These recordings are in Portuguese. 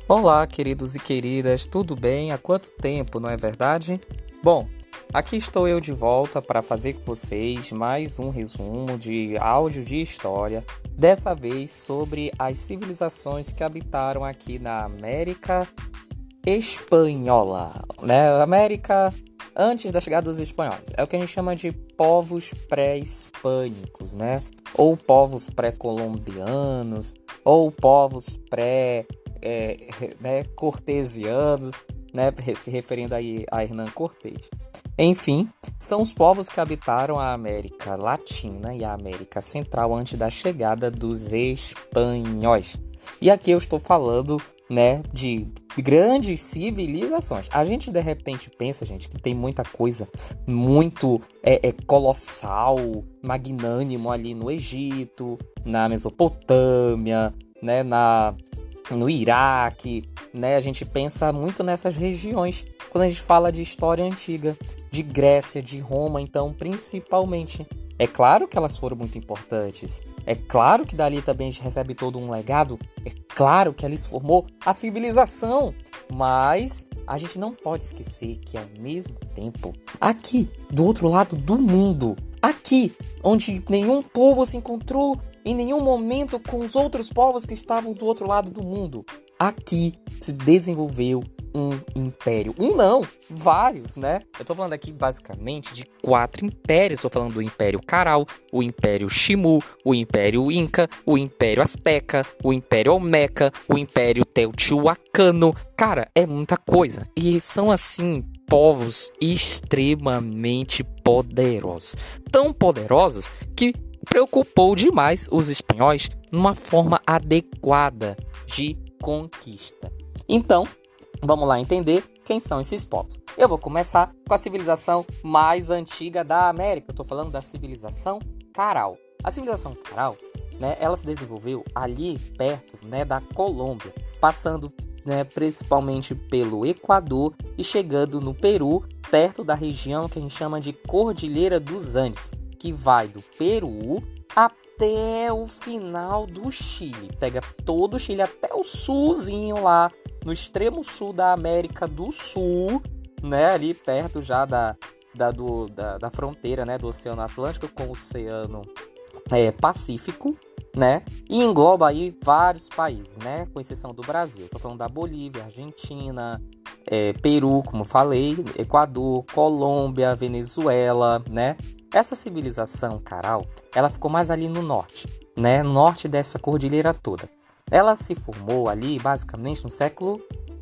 Olá, queridos e queridas, tudo bem? Há quanto tempo, não é verdade? Bom, aqui estou eu de volta para fazer com vocês mais um resumo de áudio de história, dessa vez sobre as civilizações que habitaram aqui na América Espanhola, né? América antes da chegada dos espanhóis. É o que a gente chama de povos pré-hispânicos, né? Ou povos pré-colombianos, ou povos cortesianos, né, se referindo aí a Hernán Cortés. Enfim, são os povos que habitaram a América Latina e a América Central antes da chegada dos espanhóis. E aqui eu estou falando, né, de grandes civilizações. A gente de repente pensa, gente, que tem muita coisa muito colossal, magnânimo ali no Egito, na Mesopotâmia, né, no Iraque, né? A gente pensa muito nessas regiões quando a gente fala de história antiga, de Grécia, de Roma, então, principalmente. É claro que elas foram muito importantes, é claro que dali também a gente recebe todo um legado, é claro que ali se formou a civilização, mas a gente não pode esquecer que ao mesmo tempo, aqui, do outro lado do mundo, aqui, onde nenhum povo se encontrou em nenhum momento com os outros povos que estavam do outro lado do mundo. Aqui se desenvolveu um império. Um não, vários, né? Eu tô falando aqui basicamente de 4 impérios. Tô falando do Império Caral, o Império Ximú, o Império Inca, o Império Azteca, o Império Olmeca, o Império Teotihuacano. Cara, é muita coisa. E são assim povos extremamente poderosos. Tão poderosos que preocupou demais os espanhóis numa forma adequada de conquista. Então, vamos lá entender quem são esses povos. Eu vou começar com a civilização mais antiga da América. Eu estou falando da civilização Caral. A civilização Caral, né, ela se desenvolveu ali perto, né, da Colômbia, passando, né, principalmente pelo Equador e chegando no Peru, perto da região que a gente chama de Cordilheira dos Andes, que vai do Peru até o final do Chile. Pega todo o Chile até o sulzinho lá, no extremo sul da América do Sul, né? Ali perto já da fronteira, né? Do Oceano Atlântico com o Oceano Pacífico, né? E engloba aí vários países, né? Com exceção do Brasil. Estou falando da Bolívia, Argentina, Peru, como falei, Equador, Colômbia, Venezuela, né? Essa civilização Caral, ela ficou mais ali no norte, né? No norte dessa cordilheira toda. Ela se formou ali, basicamente, no século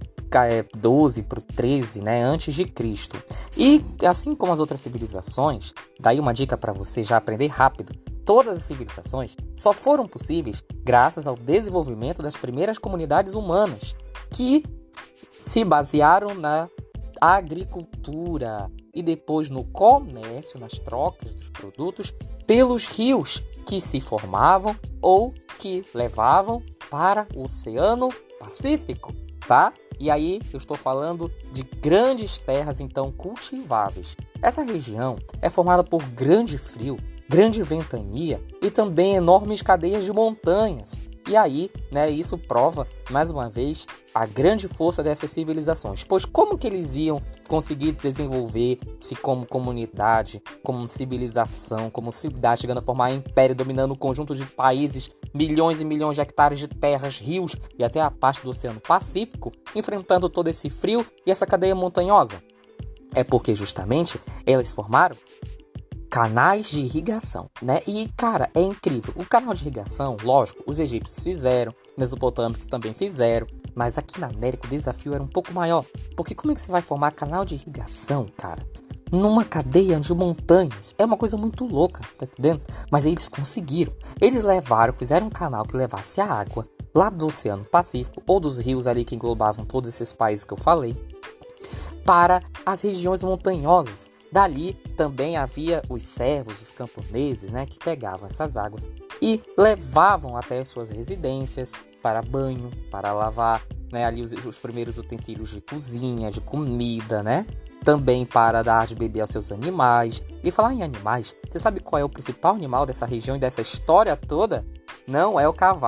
12 para o 13, né? Antes de Cristo. E, assim como as outras civilizações, daí uma dica para você já aprender rápido, todas as civilizações só foram possíveis graças ao desenvolvimento das primeiras comunidades humanas, que se basearam na agricultura e depois no comércio, nas trocas dos produtos pelos rios que se formavam ou que levavam para o Oceano Pacífico, tá? E aí eu estou falando de grandes terras então cultiváveis. Essa região é formada por grande frio, grande ventania e também enormes cadeias de montanhas. E aí, né, isso prova, mais uma vez, a grande força dessas civilizações. Pois como que eles iam conseguir desenvolver-se como comunidade, como civilização, como cidade, chegando a formar império, dominando um conjunto de países, milhões e milhões de hectares de terras, rios e até a parte do Oceano Pacífico, enfrentando todo esse frio e essa cadeia montanhosa? É porque justamente elas formaram canais de irrigação, né? E, cara, é incrível. O canal de irrigação, lógico, os egípcios fizeram, mesopotâmicos também fizeram, mas aqui na América o desafio era um pouco maior. Porque como é que você vai formar canal de irrigação, cara? Numa cadeia de montanhas. É uma coisa muito louca, tá entendendo? Mas eles conseguiram. Eles fizeram um canal que levasse a água lá do Oceano Pacífico, ou dos rios ali que englobavam todos esses países que eu falei, para as regiões montanhosas. Dali também havia os servos, os camponeses, né, que pegavam essas águas e levavam até as suas residências para banho, para lavar, né, ali os primeiros utensílios de cozinha, de comida, né? Também para dar de beber aos seus animais. E falar em animais, você sabe qual é o principal animal dessa região e dessa história toda? Não é o cavalo,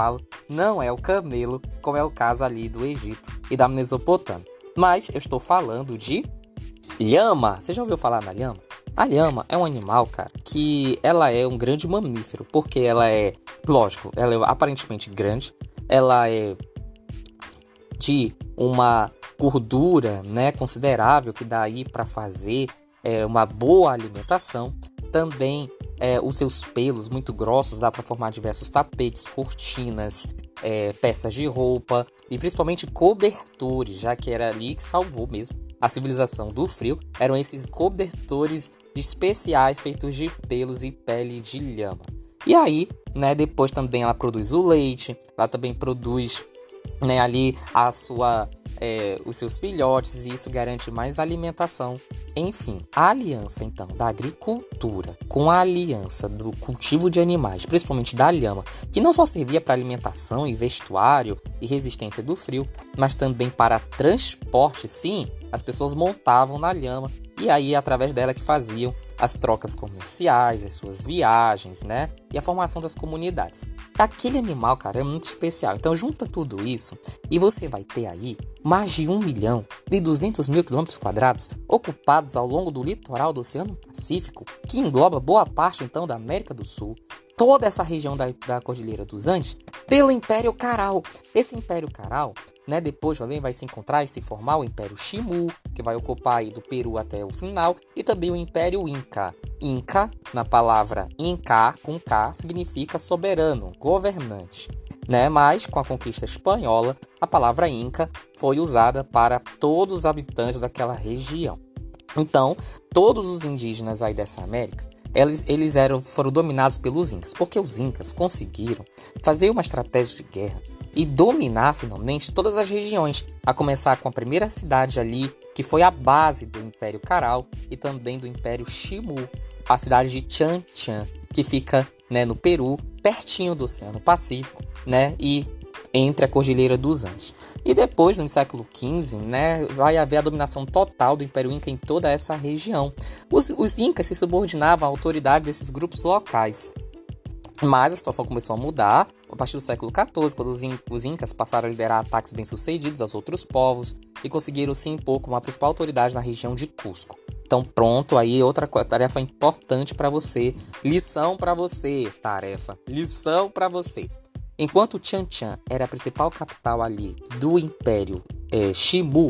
não é o camelo, como é o caso ali do Egito e da Mesopotâmia. Mas eu estou falando de lhama. Você já ouviu falar na lhama? A lhama é um animal, cara, que ela é um grande mamífero, porque ela é, lógico, ela é aparentemente grande, ela é de uma gordura, né, considerável, que dá aí para fazer uma boa alimentação. Também os seus pelos muito grossos dá para formar diversos tapetes, cortinas, peças de roupa e principalmente cobertores, já que era ali que salvou mesmo a civilização do frio. Eram esses cobertores especiais feitos de pelos e pele de lhama. E aí, né, depois também ela produz o leite, ela também produz, né, ali os seus filhotes, e isso garante mais alimentação. Enfim, a aliança então da agricultura com a aliança do cultivo de animais, principalmente da lhama, que não só servia para alimentação e vestuário e resistência do frio, mas também para transporte. Sim, as pessoas montavam na lhama e aí através dela que faziam as trocas comerciais, as suas viagens, né? E a formação das comunidades. Aquele animal, cara, é muito especial. Então junta tudo isso e você vai ter aí mais de 1.200.000 km² ocupados ao longo do litoral do Oceano Pacífico, que engloba boa parte então da América do Sul, toda essa região da Cordilheira dos Andes, pelo Império Caral. Esse Império Caral, né, depois também vai se encontrar e se formar o Império Ximú, que vai ocupar aí do Peru até o final, e também o Império Inca. Inca, na palavra Inca, com K, significa soberano, governante, né? Mas com a conquista espanhola, a palavra Inca foi usada para todos os habitantes daquela região. Então, todos os indígenas aí dessa América, eles foram dominados pelos Incas, porque os Incas conseguiram fazer uma estratégia de guerra e dominar finalmente todas as regiões, a começar com a primeira cidade ali, que foi a base do Império Caral e também do Império Ximú, a cidade de Chan Chan, que fica, né, no Peru, pertinho do Oceano Pacífico, né, e entre a Cordilheira dos Andes. E depois, no século XV, né, vai haver a dominação total do Império Inca em toda essa região. Os Incas se subordinavam à autoridade desses grupos locais. Mas a situação começou a mudar a partir do século XIV, quando os Incas passaram a liderar ataques bem-sucedidos aos outros povos e conseguiram se impor como a principal autoridade na região de Cusco. Então pronto, aí outra tarefa importante para você. Lição para você, lição para você. Enquanto Chan Chan era a principal capital ali do Império Ximú,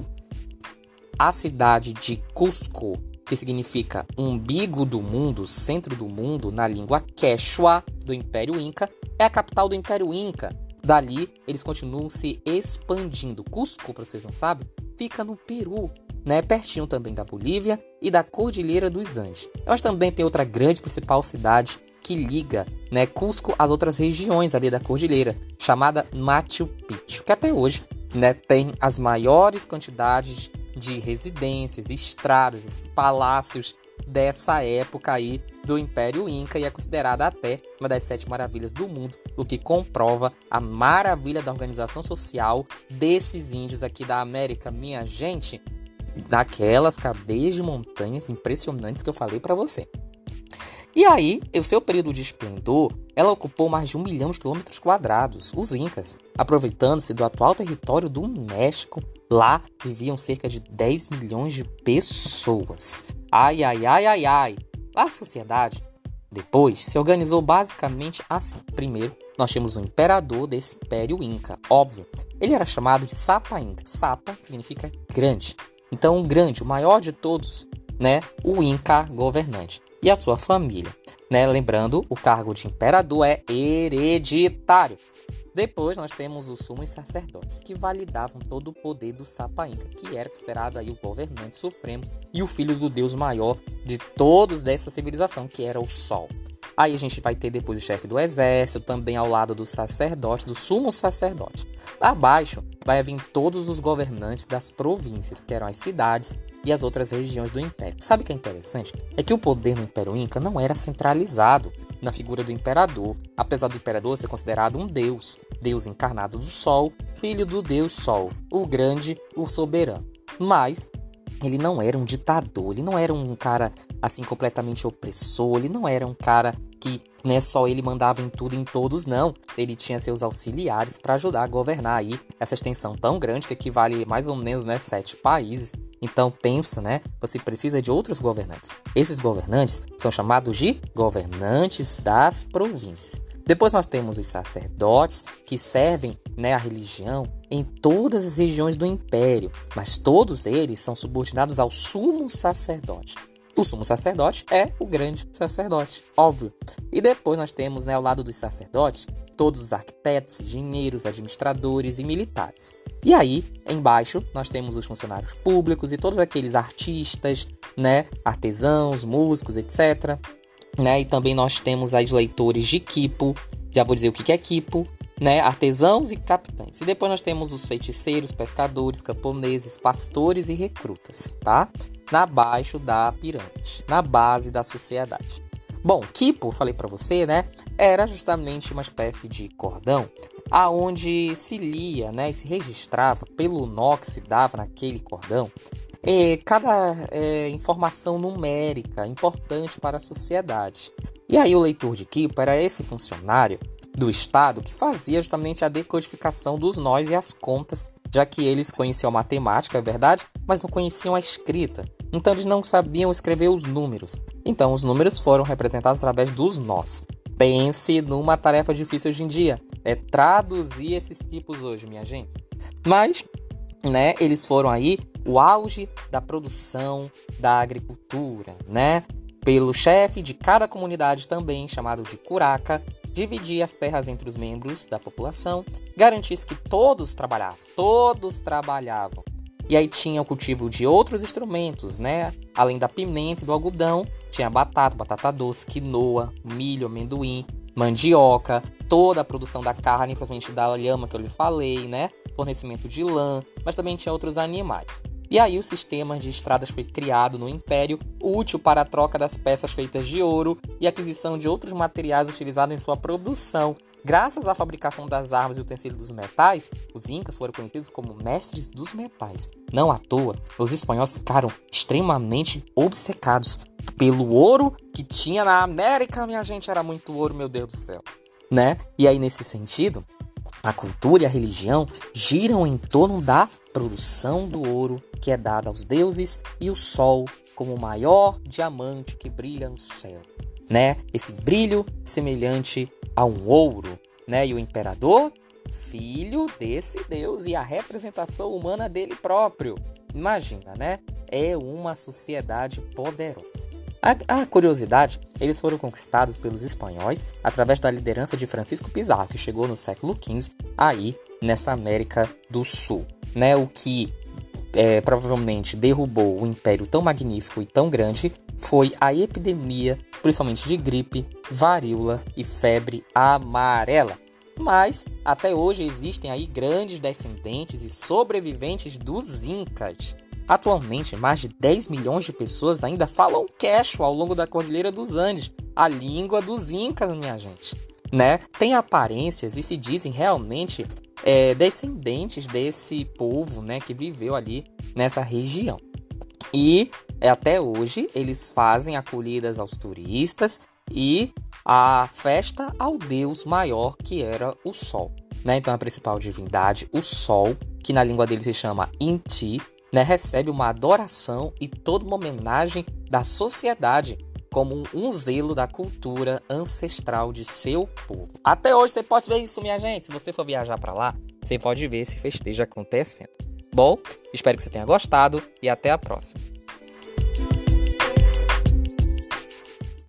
a cidade de Cusco, que significa umbigo do mundo, centro do mundo, na língua Quechua do Império Inca, é a capital do Império Inca. Dali, eles continuam se expandindo. Cusco, para vocês não sabem, fica no Peru, né, pertinho também da Bolívia e da Cordilheira dos Andes. Mas também tem outra grande principal cidade que liga, né, Cusco às outras regiões ali da Cordilheira, chamada Machu Picchu, que até hoje, né, tem as maiores quantidades de residências, estradas, palácios dessa época aí do Império Inca e é considerada até uma das 7 maravilhas do mundo, o que comprova a maravilha da organização social desses índios aqui da América, minha gente, daquelas cadeias de montanhas impressionantes que eu falei para você. E aí, o seu período de esplendor, ela ocupou mais de 1 milhão de quilômetros quadrados. Os Incas, aproveitando-se do atual território do México, lá viviam cerca de 10 milhões de pessoas. Ai, ai, ai, ai, ai. A sociedade, depois, se organizou basicamente assim. Primeiro, nós temos o imperador desse Império Inca, óbvio. Ele era chamado de Sapa Inca. Sapa significa grande. Então, o grande, o maior de todos, né? O Inca governante. E a sua família, né? Lembrando, o cargo de imperador é hereditário. Depois nós temos os sumos sacerdotes, que validavam todo o poder do Sapa Inca, que era considerado aí o governante supremo e o filho do deus maior de todos dessa civilização, que era o Sol. Aí a gente vai ter depois o chefe do exército, também ao lado do sacerdote, do sumo sacerdote. Abaixo vai vir todos os governantes das províncias, que eram as cidades e as outras regiões do Império. Sabe o que é interessante? É que o poder no Império Inca não era centralizado na figura do imperador, apesar do imperador ser considerado um deus, deus encarnado do Sol, filho do deus Sol, o grande, o soberano. Mas ele não era um ditador, ele não era um cara assim completamente opressor, ele não era um cara que não é só ele mandava em tudo e em todos, não. Ele tinha seus auxiliares para ajudar a governar aí essa extensão tão grande que equivale mais ou menos, né, 7 países. Então pensa, né, você precisa de outros governantes. Esses governantes são chamados de governantes das províncias. Depois nós temos os sacerdotes, que servem, né, a religião em todas as regiões do império, mas todos eles são subordinados ao sumo sacerdote. O sumo sacerdote é o grande sacerdote, óbvio. E depois nós temos, né, ao lado dos sacerdotes, todos os arquitetos, engenheiros, administradores e militares. E aí, embaixo, nós temos os funcionários públicos e todos aqueles artistas, né, artesãos, músicos, etc., né? E também nós temos os leitores de quipo, já vou dizer o que é quipo, né? Artesãos e capitães. E depois nós temos os feiticeiros, pescadores, camponeses, pastores e recrutas, tá? Abaixo da pirâmide, na base da sociedade. Bom, quipo, falei para você, né? Era justamente uma espécie de cordão aonde se lia, né? E se registrava pelo nó que se dava naquele cordão. Cada informação numérica importante para a sociedade. E aí o leitor de quipo era esse funcionário do Estado que fazia justamente a decodificação dos nós e as contas, já que eles conheciam a matemática, é verdade, mas não conheciam a escrita. Então eles não sabiam escrever os números. Então os números foram representados através dos nós. Pense numa tarefa difícil hoje em dia. É traduzir esses tipos hoje, minha gente. Mas, né, eles foram aí o auge da produção da agricultura, né? Pelo chefe de cada comunidade também, chamado de curaca, dividir as terras entre os membros da população, garantisse que todos trabalhavam. E aí tinha o cultivo de outros instrumentos, né? Além da pimenta e do algodão, tinha batata doce, quinoa, milho, amendoim, mandioca, toda a produção da carne, principalmente da lhama que eu lhe falei, né? Fornecimento de lã, mas também tinha outros animais. E aí o sistema de estradas foi criado no Império, útil para a troca das peças feitas de ouro e aquisição de outros materiais utilizados em sua produção. Graças à fabricação das armas e utensílios dos metais, os incas foram conhecidos como mestres dos metais. Não à toa, os espanhóis ficaram extremamente obcecados pelo ouro que tinha na América. Minha gente, era muito ouro, meu Deus do céu, né? E aí, nesse sentido, a cultura e a religião giram em torno da produção do ouro que é dada aos deuses e o sol como o maior diamante que brilha no céu, né? Esse brilho semelhante a um ouro, né? E o imperador, filho desse deus e a representação humana dele próprio. Imagina, né? É uma sociedade poderosa. A curiosidade, eles foram conquistados pelos espanhóis através da liderança de Francisco Pizarro, que chegou no século XV aí nessa América do Sul, né? O que provavelmente derrubou um império tão magnífico e tão grande foi a epidemia, principalmente de gripe, varíola e febre amarela. Mas até hoje existem aí grandes descendentes e sobreviventes dos incas. Atualmente, mais de 10 milhões de pessoas ainda falam quechua ao longo da Cordilheira dos Andes, a língua dos incas, minha gente, né? Tem aparências e se dizem realmente descendentes desse povo, né, que viveu ali nessa região. E até hoje eles fazem acolhidas aos turistas e a festa ao deus maior, que era o Sol, né? Então a principal divindade, o Sol, que na língua dele se chama Inti, né, recebe uma adoração e toda uma homenagem da sociedade como um zelo da cultura ancestral de seu povo. Até hoje você pode ver isso, minha gente. Se você for viajar para lá, você pode ver esse festejo acontecendo. Bom, espero que você tenha gostado e até a próxima.